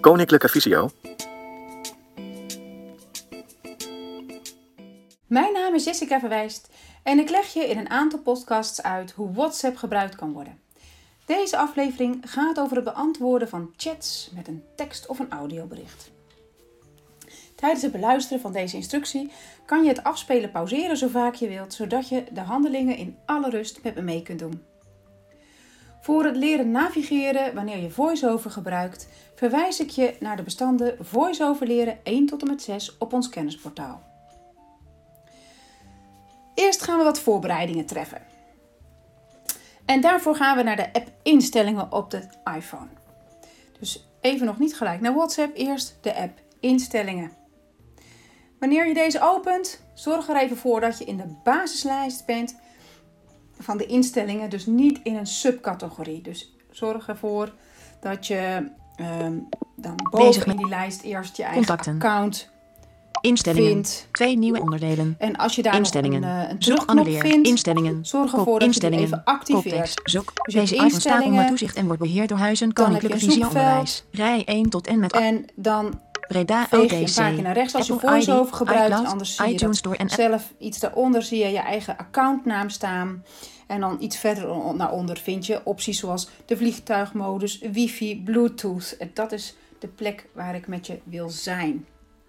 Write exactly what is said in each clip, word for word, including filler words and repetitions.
Koninklijke Visio. Mijn naam is Jessica Verwijst en ik leg je in een aantal podcasts uit hoe WhatsApp gebruikt kan worden. Deze aflevering gaat over het beantwoorden van chats met een tekst- of een audiobericht. Tijdens het beluisteren van deze instructie kan je het afspelen pauzeren zo vaak je wilt, zodat je de handelingen in alle rust met me mee kunt doen. Voor het leren navigeren wanneer je VoiceOver gebruikt, verwijs ik je naar de bestanden VoiceOver leren één tot en met zes op ons kennisportaal. Eerst gaan we wat voorbereidingen treffen. En daarvoor gaan we naar de app instellingen op de iPhone. Dus even nog niet gelijk naar WhatsApp, eerst de app instellingen. Wanneer je deze opent, zorg er even voor dat je in de basislijst bent van de instellingen, dus niet in een subcategorie. Dus zorg ervoor dat je um, dan boven in die lijst eerst je eigen contacten. account Instellingen. vindt. Twee nieuwe onderdelen. En als je daar Instellingen. nog een, uh, een Zoek terugknop annuleer. vindt, Instellingen. zorg Kop. ervoor dat Instellingen. je die even activeert. Koptekst. Zoek. Dus je hebt Deze iPhone staat onder instellingen, toezicht en wordt beheerd door Huizen dan heb je Koninklijke een Visio zoekveld. Onderwijs. Rij één tot en met En dan Breda veeg O T je een C. paar keer naar rechts als je Apple VoiceOver I D, gebruikt. iCloud, Anders zie je iTunes dat Store en zelf iets daaronder zie je je eigen accountnaam staan. En dan iets verder naar onder vind je opties zoals de vliegtuigmodus, wifi, bluetooth. En dat is de plek waar ik met je wil zijn.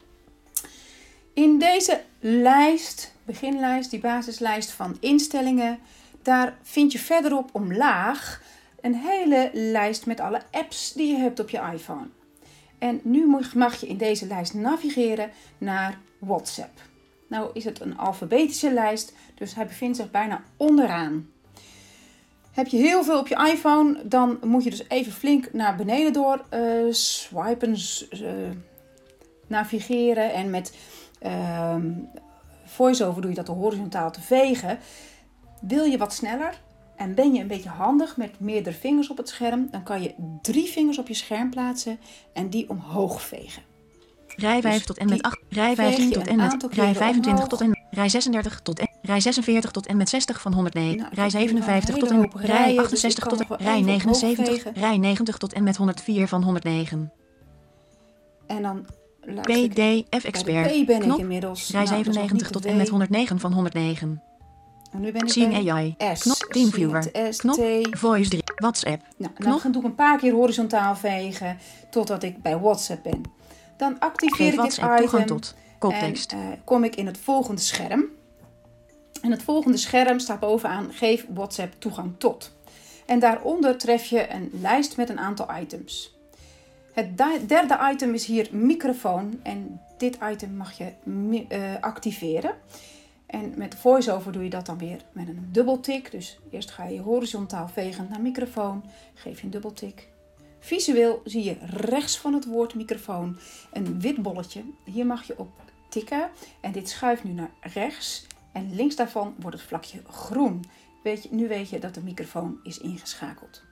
In deze lijst, beginlijst, die basislijst van instellingen, daar vind je verderop omlaag een hele lijst met alle apps die je hebt op je iPhone. En nu mag je in deze lijst navigeren naar WhatsApp. Nou is het een alfabetische lijst, dus hij bevindt zich bijna onderaan. Heb je heel veel op je iPhone, dan moet je dus even flink naar beneden door uh, swipen, uh, navigeren. En met uh, VoiceOver doe je dat door horizontaal te vegen. Wil je wat sneller en ben je een beetje handig met meerdere vingers op het scherm, dan kan je drie vingers op je scherm plaatsen en die omhoog vegen. Rij vijf Dus tot en met die acht. Rij veeg je vijftien tot een en met. aantal keren Rij vijfentwintig omhoog. tot en Rij zesendertig tot en Rij zesenveertig tot en met zestig van honderdnegen. Nou, Rij ik heb hier zevenenvijftig wel tot een en hele hoop Rij rijen, dus achtenzestig ik tot kan en nog wel Rij even negenenzeventig. omhoog vegen. Rij negentig tot en met honderdvier van honderdnegen. En dan P luister ik. D F Bij de Expert. P ben Knop. ik inmiddels. Rij Nou, dat is nog zevenennegentig niet de tot en met W. honderdnegen van honderdnegen. En nu ben ik Seeing bij A I. S. Knop. TeamViewer. Zie het, S, Knop. T. Voice drie. WhatsApp. Nou, Knop. dan doe ik een paar keer horizontaal vegen totdat ik bij WhatsApp ben. Dan activeer Geef ik dit WhatsApp toegang item tot. Koptekst. en uh, kom ik in het volgende scherm. En het volgende scherm staat bovenaan geef WhatsApp toegang tot. En daaronder tref je een lijst met een aantal items. Het derde item is hier microfoon en dit item mag je uh, activeren. En met VoiceOver doe je dat dan weer met een dubbeltik. Dus eerst ga je horizontaal vegen naar microfoon, geef je een dubbeltik. Visueel zie je rechts van het woord microfoon een wit bolletje. Hier mag je op tikken en dit schuift nu naar rechts. En links daarvan wordt het vlakje groen. Weet je, nu weet je dat de microfoon is ingeschakeld.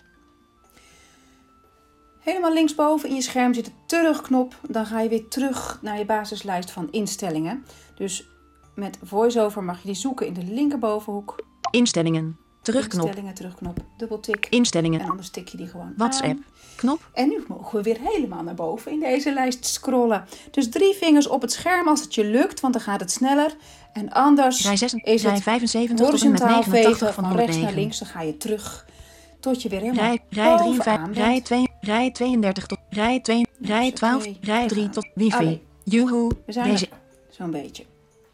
Helemaal linksboven in je scherm zit de terugknop. Dan ga je weer terug naar je basislijst van instellingen. Dus met VoiceOver mag je die zoeken in de linkerbovenhoek. Instellingen. Terugknop. Instellingen, terugknop, dubbeltik. Instellingen. En anders tik je die gewoon WhatsApp. aan. Knop. En nu mogen we weer helemaal naar boven in deze lijst scrollen. Dus drie vingers op het scherm als het je lukt, want dan gaat het sneller. En anders Rij, zes, is rij het vijfenzeventig tot en met horizontaal negenentachtig vegen van van rechts naar honderdnegen. links. Dan ga je terug tot je weer helemaal Rij, rij, bovenaan drieënvijftig, bent. rij, twee, rij tweeëndertig tot rij, twee, rij is twaalf, oké. rij We drie gaan. tot wifi. Allee. Joehoe. We zijn Deze. er zo'n beetje.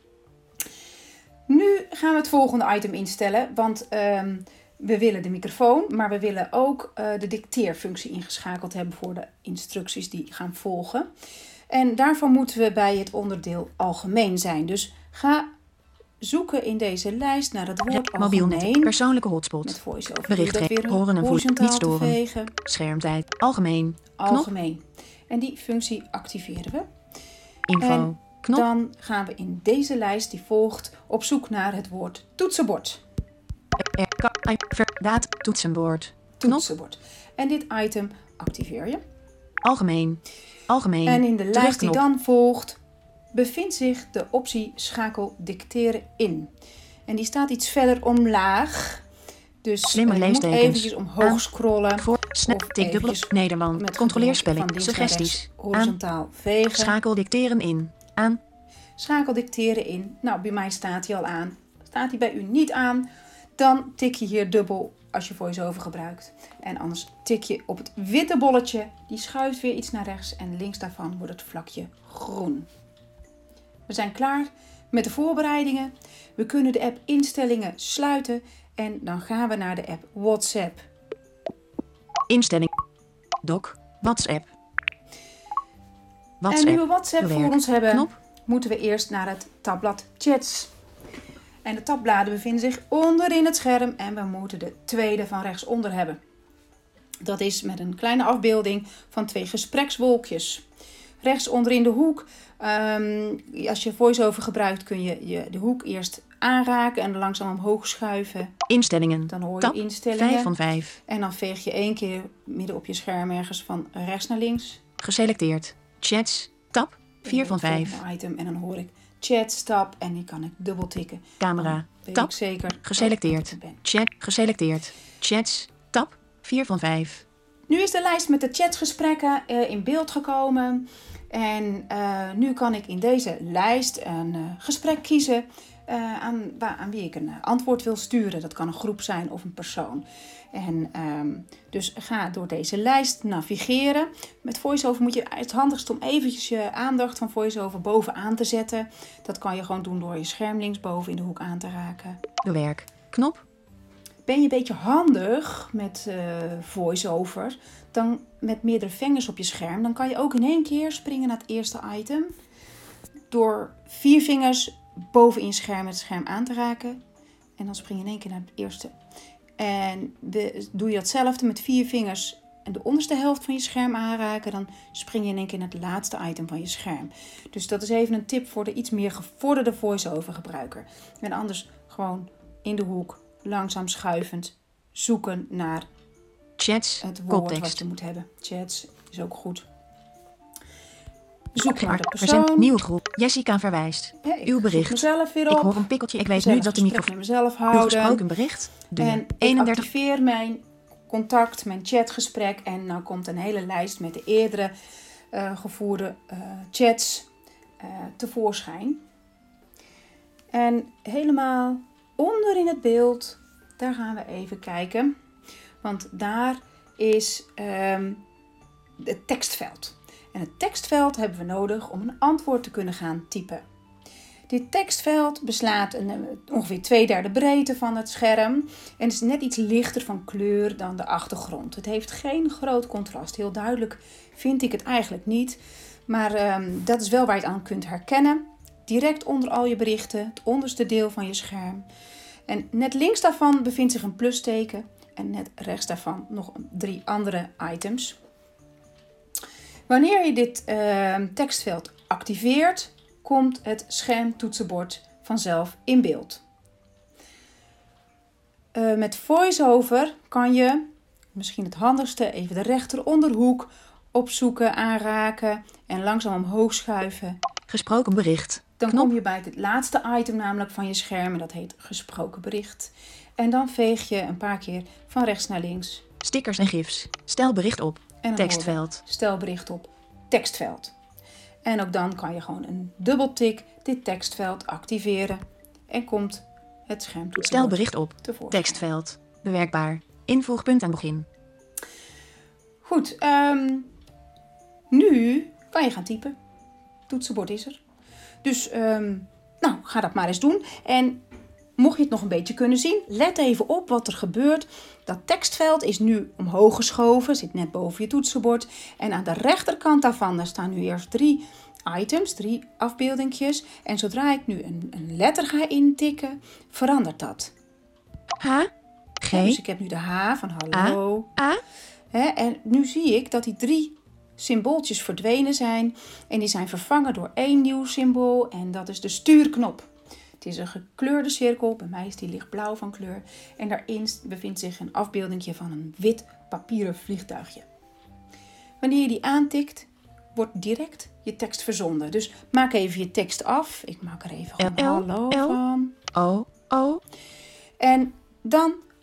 Nu gaan we het volgende item instellen, want um, we willen de microfoon, maar we willen ook uh, de dicteerfunctie ingeschakeld hebben voor de instructies die gaan volgen. En daarvoor moeten we bij het onderdeel algemeen zijn. Dus ga zoeken in deze lijst naar het woord Mobielnet. algemeen. Persoonlijke Met hotspot. VoiceOver Bericht doe je dat ge- weer horen en voelen. horizontaal Niet te storen. vegen. Schermtijd. Algemeen. Knop. Algemeen. En die functie activeren we. Info. En Knop. dan gaan we in deze lijst die volgt op zoek naar het woord toetsenbord. Er- ka- i- ver- Daad. Toetsenbord. Knop. Toetsenbord. En dit item activeer je. Algemeen. Algemeen. En in de lijst die Terugknop. dan volgt bevindt zich de optie schakel dicteren in. En die staat iets verder omlaag. Dus Slimme uh, je moet leestekens. eventjes omhoog Aan. scrollen. Voor. Snap. Of Tik dubbel. eventjes Nederland. met Controleer van spelling. links naar Suggesties. rechts Aan. horizontaal vegen. Schakel dikteren in. Aan. Schakel dikteren in. Nou, bij mij staat hij al aan. Staat hij bij u niet aan, dan tik je hier dubbel als je VoiceOver gebruikt. En anders tik je op het witte bolletje. Die schuift weer iets naar rechts en links daarvan wordt het vlakje groen. We zijn klaar met de voorbereidingen. We kunnen de app instellingen sluiten en dan gaan we naar de app WhatsApp. Instelling. Doc. WhatsApp. WhatsApp. En nu we WhatsApp Bewerk. voor ons hebben, Knop. moeten we eerst naar het tabblad Chats. En de tabbladen bevinden zich onderin het scherm en we moeten de tweede van rechtsonder hebben. Dat is met een kleine afbeelding van twee gesprekswolkjes. Rechts onderin de hoek, um, als je VoiceOver gebruikt kun je, je de hoek eerst aanraken en langzaam omhoog schuiven. Instellingen. Dan hoor je Tab. instellingen. vijf van vijf. En dan veeg je één keer midden op je scherm ergens van rechts naar links. Geselecteerd. Chats. Tab. vier van vijf. Item, en dan hoor ik chat, tab en die kan ik dubbel tikken. Camera. Dan weet Tab. ik zeker Geselecteerd. dat ik er ben. Chat. Geselecteerd. Chats. Tab. vier van vijf. Nu is de lijst met de chatgesprekken uh, in beeld gekomen. En uh, nu kan ik in deze lijst een uh, gesprek kiezen uh, aan, aan wie ik een uh, antwoord wil sturen. Dat kan een groep zijn of een persoon. En um, dus ga door deze lijst navigeren. Met VoiceOver moet je het handigst om eventjes je aandacht van VoiceOver bovenaan te zetten. Dat kan je gewoon doen door je scherm linksboven in de hoek aan te raken. Bewerk. Knop. Ben je een beetje handig met uh, VoiceOver, dan met meerdere vingers op je scherm, dan kan je ook in één keer springen naar het eerste item. Door vier vingers boven in je scherm het scherm aan te raken. En dan spring je in één keer naar het eerste. En de, doe je datzelfde met vier vingers en de onderste helft van je scherm aanraken, dan spring je in één keer naar het laatste item van je scherm. Dus dat is even een tip voor de iets meer gevorderde VoiceOver gebruiker. En anders gewoon in de hoek, langzaam schuivend, zoeken naar Chats. het woord wat Koptekst. je moet hebben. Chats is ook goed. Zoek naar de Verzend. persoon. Nieuwe groep. Jessica verwijst. Ja, ik Uw zoek bericht. mezelf weer Ik op. hoor een pikkeltje. Ik weet Gezellig nu dat de gesprek microfoon. met mezelf Uw houden. gesproken bericht. Duur. En ik eenendertig. activeer mijn contact, mijn chatgesprek. En dan komt een hele lijst met de eerdere uh, gevoerde uh, chats uh, tevoorschijn. En helemaal onder in het beeld, daar gaan we even kijken. Want daar is um, het tekstveld. En het tekstveld hebben we nodig om een antwoord te kunnen gaan typen. Dit tekstveld beslaat een, ongeveer twee derde breedte van het scherm en is net iets lichter van kleur dan de achtergrond. Het heeft geen groot contrast. Heel duidelijk vind ik het eigenlijk niet, maar um, dat is wel waar je het aan kunt herkennen. Direct onder al je berichten, het onderste deel van je scherm. En net links daarvan bevindt zich een plusteken en net rechts daarvan nog drie andere items. Wanneer je dit uh, tekstveld activeert, komt het schermtoetsenbord vanzelf in beeld. Uh, met VoiceOver kan je, misschien het handigste, even de rechteronderhoek opzoeken, aanraken en langzaam omhoog schuiven. Gesproken bericht. Dan Knop. kom je bij het laatste item namelijk van je scherm en dat heet gesproken bericht. En dan veeg je een paar keer van rechts naar links. Stickers en gifs. Stel bericht op. En dan Tekstveld. hoor je stel bericht op tekstveld. En ook dan kan je gewoon een dubbeltik dit tekstveld activeren. En komt het schermtoetsenbord Stel bericht op. tevoorschijn. Tekstveld. Bewerkbaar. Invoegpunt aan begin. Goed, um, nu kan je gaan typen. Toetsenbord is er. Dus um, nou, ga dat maar eens doen. En mocht je het nog een beetje kunnen zien, let even op wat er gebeurt. Dat tekstveld is nu omhoog geschoven, zit net boven je toetsenbord. En aan de rechterkant daarvan, daar staan nu eerst drie items, drie afbeeldingjes. En zodra ik nu een, een letter ga intikken, verandert dat. H. G. Ja, dus ik heb nu de H van hallo. A. Hè, en nu zie ik dat die drie symbooltjes verdwenen zijn. En die zijn vervangen door één nieuw symbool. En dat is de stuurknop. Het is een gekleurde cirkel. Bij mij is die lichtblauw van kleur. En daarin bevindt zich een afbeeldingje van een wit papieren vliegtuigje. Wanneer je die aantikt, wordt direct je tekst verzonden. Dus maak even je tekst af. Ik maak er even gewoon L, hallo L. van. O. O. En dan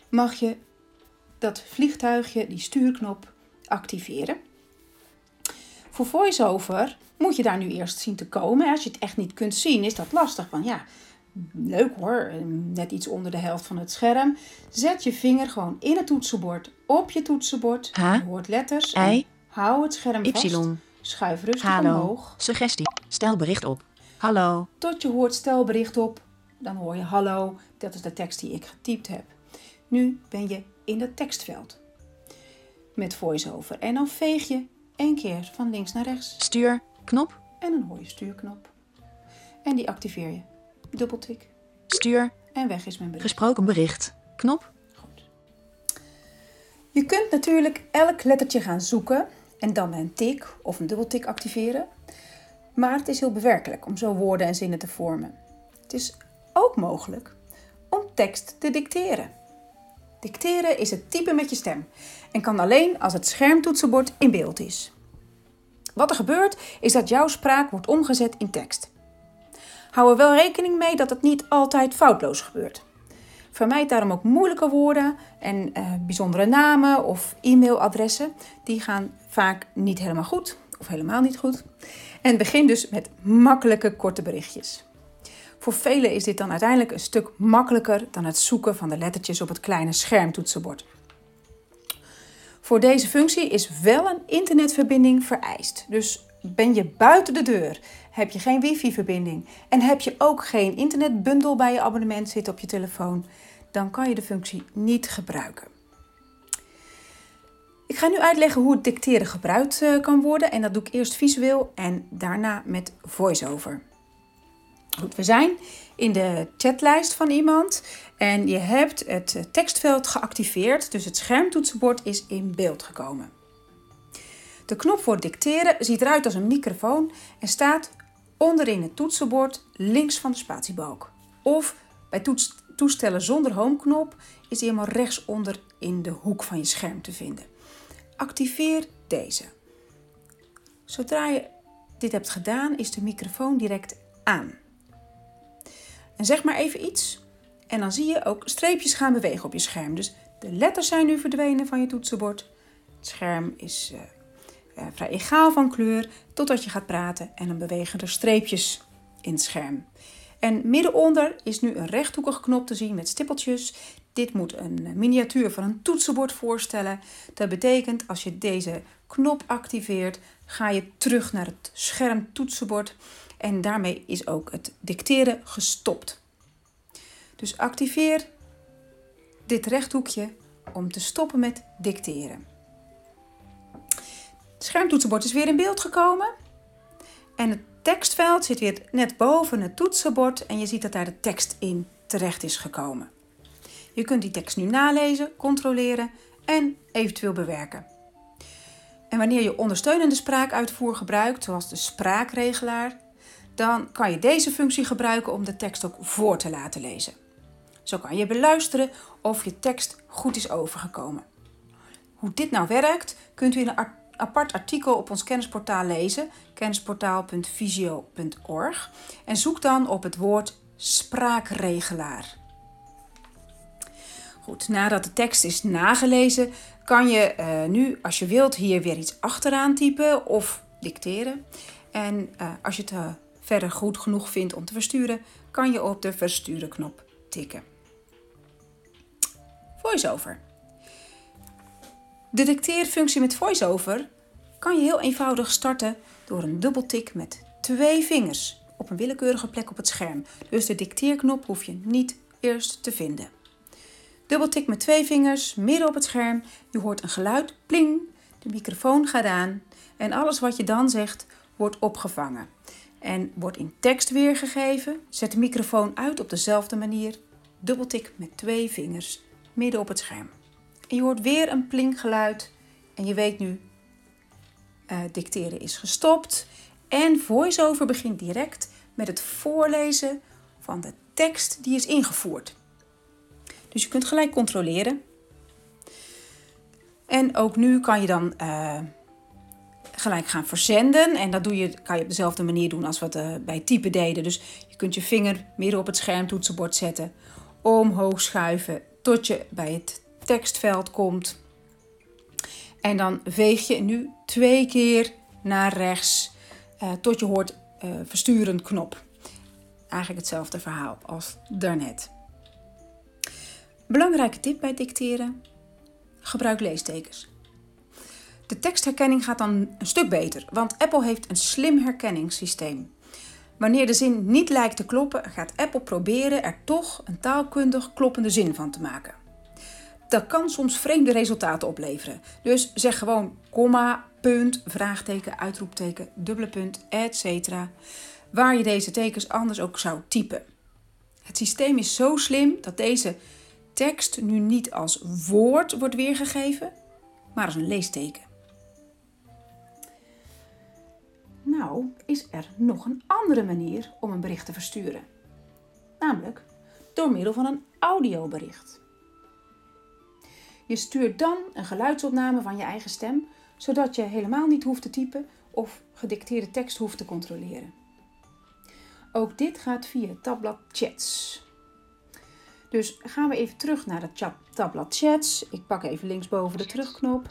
mag je dat vliegtuigje, die stuurknop, activeren. Voor VoiceOver moet je daar nu eerst zien te komen. Als je het echt niet kunt zien, is dat lastig. Van ja, leuk hoor, net iets onder de helft van het scherm. Zet je vinger gewoon in het toetsenbord op je toetsenbord. H, je hoort letters. I, hou het scherm vast. Y. Schuif rustig Hallo. omhoog. Suggestie. Stel bericht op. Hallo. Tot je hoort stel bericht op. Dan hoor je hallo. Dat is de tekst die ik getypt heb. Nu ben je in het tekstveld. Met VoiceOver. En dan veeg je één keer van links naar rechts. Stuur. Knop. En dan hoor je stuurknop. En die activeer je. Dubbeltik. Stuur. En weg is mijn bericht. Gesproken bericht. Knop. Goed. Je kunt natuurlijk elk lettertje gaan zoeken. En dan met een tik of een dubbeltik activeren. Maar het is heel bewerkelijk om zo woorden en zinnen te vormen. Het is ook mogelijk om tekst te dicteren. Dicteren is het typen met je stem en kan alleen als het schermtoetsenbord in beeld is. Wat er gebeurt is dat jouw spraak wordt omgezet in tekst. Hou er wel rekening mee dat het niet altijd foutloos gebeurt. Vermijd daarom ook moeilijke woorden en uh, bijzondere namen of e-mailadressen. Die gaan vaak niet helemaal goed of helemaal niet goed. En begin dus met makkelijke korte berichtjes. Voor velen is dit dan uiteindelijk een stuk makkelijker dan het zoeken van de lettertjes op het kleine schermtoetsenbord. Voor deze functie is wel een internetverbinding vereist. Dus ben je buiten de deur, heb je geen wifi-verbinding en heb je ook geen internetbundel bij je abonnement zitten op je telefoon, dan kan je de functie niet gebruiken. Ik ga nu uitleggen hoe het dicteren gebruikt kan worden en dat doe ik eerst visueel en daarna met VoiceOver. Goed, we zijn in de chatlijst van iemand en je hebt het tekstveld geactiveerd, dus het schermtoetsenbord is in beeld gekomen. De knop voor dicteren ziet eruit als een microfoon en staat onderin het toetsenbord links van de spatiebalk. Of bij toets- toestellen zonder homeknop is die helemaal rechtsonder in de hoek van je scherm te vinden. Activeer deze. Zodra je dit hebt gedaan, is de microfoon direct aan. En zeg maar even iets en dan zie je ook streepjes gaan bewegen op je scherm. Dus de letters zijn nu verdwenen van je toetsenbord. Het scherm is uh, uh, vrij egaal van kleur totdat je gaat praten en dan bewegen er streepjes in het scherm. En middenonder is nu een rechthoekige knop te zien met stippeltjes. Dit moet een miniatuur van een toetsenbord voorstellen. Dat betekent als je deze knop activeert, ga je terug naar het schermtoetsenbord. En daarmee is ook het dicteren gestopt. Dus activeer dit rechthoekje om te stoppen met dicteren. Het schermtoetsenbord is weer in beeld gekomen. En het tekstveld zit weer net boven het toetsenbord. En je ziet dat daar de tekst in terecht is gekomen. Je kunt die tekst nu nalezen, controleren en eventueel bewerken. En wanneer je ondersteunende spraakuitvoer gebruikt, zoals de spraakregelaar, dan kan je deze functie gebruiken om de tekst ook voor te laten lezen. Zo kan je beluisteren of je tekst goed is overgekomen. Hoe dit nou werkt, kunt u in een apart artikel op ons kennisportaal lezen, kennisportaal punt visio punt org, en zoek dan op het woord spraakregelaar. Goed, nadat de tekst is nagelezen, kan je uh, nu, als je wilt, hier weer iets achteraan typen of dicteren. En uh, als je het uh, verder goed genoeg vindt om te versturen, kan je op de versturen knop tikken. VoiceOver. De dicteerfunctie met VoiceOver kan je heel eenvoudig starten door een dubbeltik met twee vingers op een willekeurige plek op het scherm. Dus de dicteerknop hoef je niet eerst te vinden. Dubbeltik met twee vingers midden op het scherm. Je hoort een geluid, pling, de microfoon gaat aan en alles wat je dan zegt wordt opgevangen. En wordt in tekst weergegeven. Zet de microfoon uit op dezelfde manier. Dubbeltik met twee vingers midden op het scherm. En je hoort weer een plinggeluid en je weet nu, uh, dicteren is gestopt. En VoiceOver begint direct met het voorlezen van de tekst die is ingevoerd. Dus je kunt gelijk controleren. En ook nu kan je dan uh, gelijk gaan verzenden. En dat doe je, kan je op dezelfde manier doen als we het uh, bij typen deden. Dus je kunt je vinger midden op het schermtoetsenbord zetten, omhoog schuiven tot je bij het tekstveld komt. En dan veeg je nu twee keer naar rechts uh, tot je hoort uh, versturen knop. Eigenlijk hetzelfde verhaal als daarnet. Belangrijke tip bij dicteren: gebruik leestekens. De tekstherkenning gaat dan een stuk beter, want Apple heeft een slim herkenningssysteem. Wanneer de zin niet lijkt te kloppen, gaat Apple proberen er toch een taalkundig kloppende zin van te maken. Dat kan soms vreemde resultaten opleveren. Dus zeg gewoon komma, punt, vraagteken, uitroepteken, dubbele punt, et cetera. Waar je deze tekens anders ook zou typen. Het systeem is zo slim dat deze tekst nu niet als woord wordt weergegeven, maar als een leesteken. Nou, is er nog een andere manier om een bericht te versturen. Namelijk door middel van een audiobericht. Je stuurt dan een geluidsopname van je eigen stem, zodat je helemaal niet hoeft te typen of gedicteerde tekst hoeft te controleren. Ook dit gaat via het tabblad Chats. Dus gaan we even terug naar het tabblad Chats. Ik pak even linksboven de terugknop.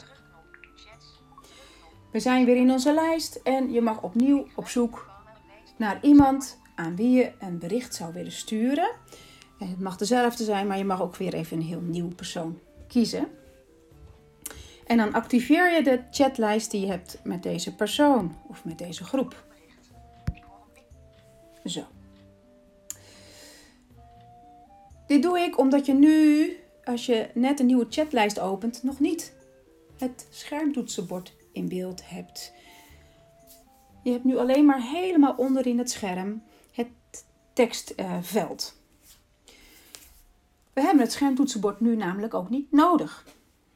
We zijn weer in onze lijst en je mag opnieuw op zoek naar iemand aan wie je een bericht zou willen sturen. En het mag dezelfde zijn, maar je mag ook weer even een heel nieuw persoon kiezen. En dan activeer je de chatlijst die je hebt met deze persoon of met deze groep. Zo. Dit doe ik omdat je nu, als je net een nieuwe chatlijst opent, nog niet het schermtoetsenbord in beeld hebt. Je hebt nu alleen maar helemaal onderin het scherm het tekstveld. We hebben het schermtoetsenbord nu namelijk ook niet nodig.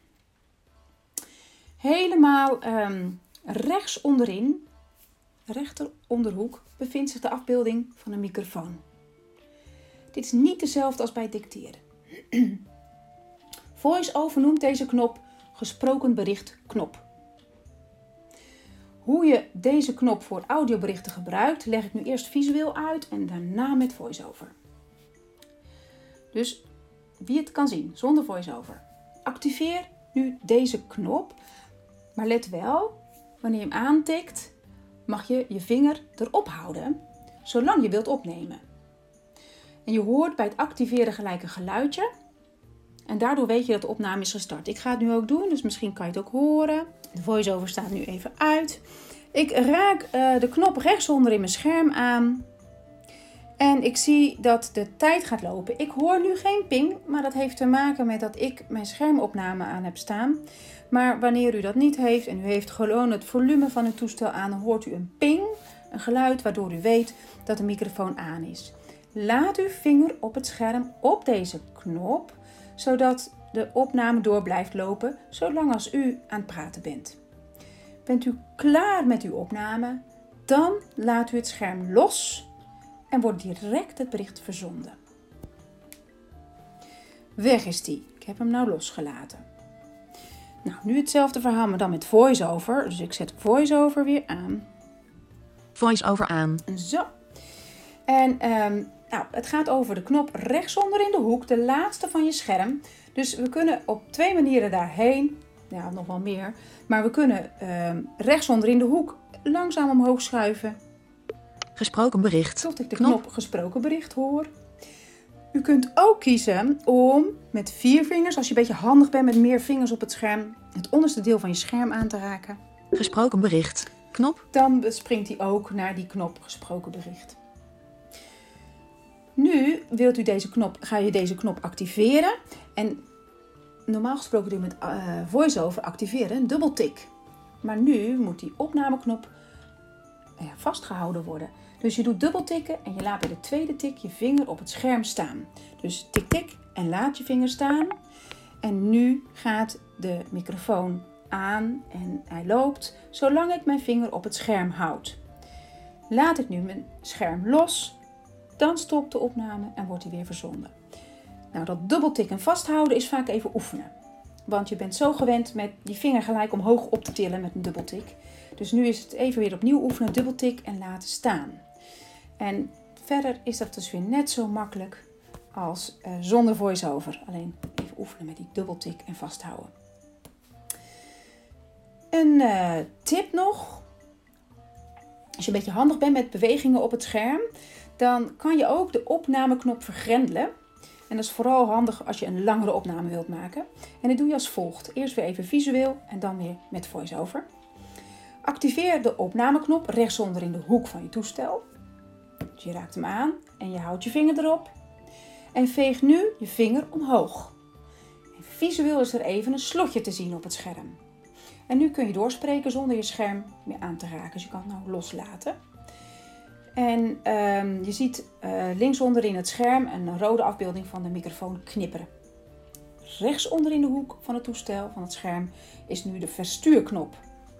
Helemaal um, rechts onderin, rechter onderhoek, bevindt zich de afbeelding van een microfoon. Dit is niet dezelfde als bij het dicteren. VoiceOver noemt deze knop gesproken bericht knop. Hoe je deze knop voor audioberichten gebruikt, leg ik nu eerst visueel uit en daarna met VoiceOver. Dus wie het kan zien zonder VoiceOver. Activeer nu deze knop, maar let wel, wanneer je hem aantikt, mag je je vinger erop houden, zolang je wilt opnemen. En je hoort bij het activeren gelijk een geluidje. En daardoor weet je dat de opname is gestart. Ik ga het nu ook doen, dus misschien kan je het ook horen. De VoiceOver staat nu even uit. Ik raak uh, de knop rechtsonder in mijn scherm aan. En ik zie dat de tijd gaat lopen. Ik hoor nu geen ping, maar dat heeft te maken met dat ik mijn schermopname aan heb staan. Maar wanneer u dat niet heeft en u heeft gewoon het volume van uw toestel aan, dan hoort u een ping, een geluid waardoor u weet dat de microfoon aan is. Laat uw vinger op het scherm op deze knop, zodat de opname door blijft lopen, zolang als u aan het praten bent. Bent u klaar met uw opname, dan laat u het scherm los en wordt direct het bericht verzonden. Weg is die. Ik heb hem nou losgelaten. Nou, nu hetzelfde verhaal, maar dan met VoiceOver. Dus ik zet VoiceOver weer aan. VoiceOver aan. Zo. En um, nou, het gaat over de knop rechtsonder in de hoek, de laatste van je scherm. Dus we kunnen op twee manieren daarheen. Ja, nog wel meer. Maar we kunnen um, rechtsonder in de hoek langzaam omhoog schuiven. Gesproken bericht. Tot ik de knop, knop gesproken bericht hoor. U kunt ook kiezen om met vier vingers, als je een beetje handig bent met meer vingers op het scherm, het onderste deel van je scherm aan te raken. Gesproken bericht. Knop. Dan springt hij ook naar die knop gesproken bericht. Nu wilt u deze knop, ga je deze knop activeren. En normaal gesproken doe je met uh, VoiceOver activeren een dubbeltik. Maar nu moet die opnameknop uh, vastgehouden worden. Dus je doet dubbeltikken en je laat bij de tweede tik je vinger op het scherm staan. Dus tik tik en laat je vinger staan. En nu gaat de microfoon aan en hij loopt zolang ik mijn vinger op het scherm houd. Laat ik nu mijn scherm los, dan stopt de opname en wordt hij weer verzonden. Nou, dat dubbeltikken vasthouden is vaak even oefenen. Want je bent zo gewend met die vinger gelijk omhoog op te tillen met een dubbeltik. Dus nu is het even weer opnieuw oefenen, dubbeltik en laten staan. En verder is dat dus weer net zo makkelijk als uh, zonder VoiceOver. Alleen even oefenen met die dubbeltik en vasthouden. Een uh, tip nog. Als je een beetje handig bent met bewegingen op het scherm, dan kan je ook de opnameknop vergrendelen. En dat is vooral handig als je een langere opname wilt maken. En dat doe je als volgt. Eerst weer even visueel en dan weer met VoiceOver. Activeer de opnameknop rechtsonder in de hoek van je toestel. Dus je raakt hem aan en je houdt je vinger erop. En veeg nu je vinger omhoog. En visueel is er even een slotje te zien op het scherm. En nu kun je doorspreken zonder je scherm meer aan te raken. Dus je kan het nou loslaten. En uh, je ziet uh, linksonder in het scherm een rode afbeelding van de microfoon knipperen. Rechtsonder in de hoek van het toestel, van het scherm, is nu de verstuurknop.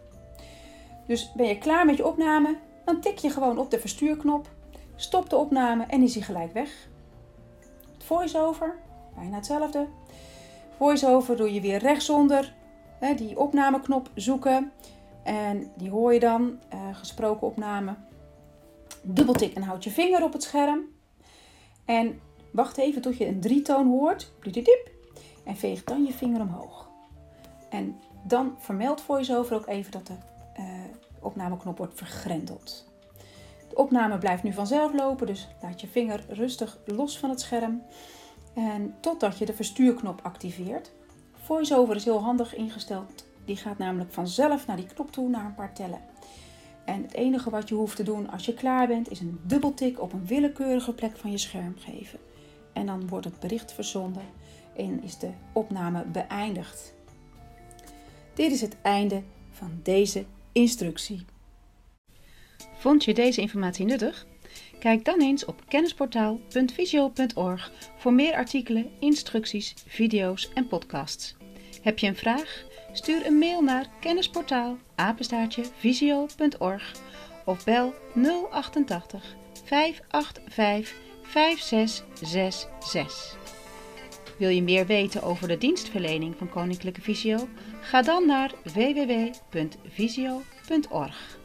Dus ben je klaar met je opname, dan tik je gewoon op de verstuurknop. Stop de opname en is hij gelijk weg. VoiceOver, bijna hetzelfde. VoiceOver doe je weer rechtsonder hè, die opnameknop zoeken. En die hoor je dan, uh, gesproken opname. Dubbeltik en houd je vinger op het scherm. En wacht even tot je een drietoon hoort. En veeg dan je vinger omhoog. En dan vermeldt VoiceOver ook even dat de uh, opnameknop wordt vergrendeld. De opname blijft nu vanzelf lopen, dus laat je vinger rustig los van het scherm. En totdat je de verstuurknop activeert. VoiceOver is heel handig ingesteld. Die gaat namelijk vanzelf naar die knop toe, naar een paar tellen. En het enige wat je hoeft te doen als je klaar bent, is een dubbeltik op een willekeurige plek van je scherm geven. En dan wordt het bericht verzonden en is de opname beëindigd. Dit is het einde van deze instructie. Vond je deze informatie nuttig? Kijk dan eens op kennisportaal punt visio punt org voor meer artikelen, instructies, video's en podcasts. Heb je een vraag? Stuur een mail naar kennisportaal apenstaartje visio punt org of bel nul achtentachtig vijf acht vijf vijf zes zes zes. Wil je meer weten over de dienstverlening van Koninklijke Visio? Ga dan naar w w w punt visio punt org.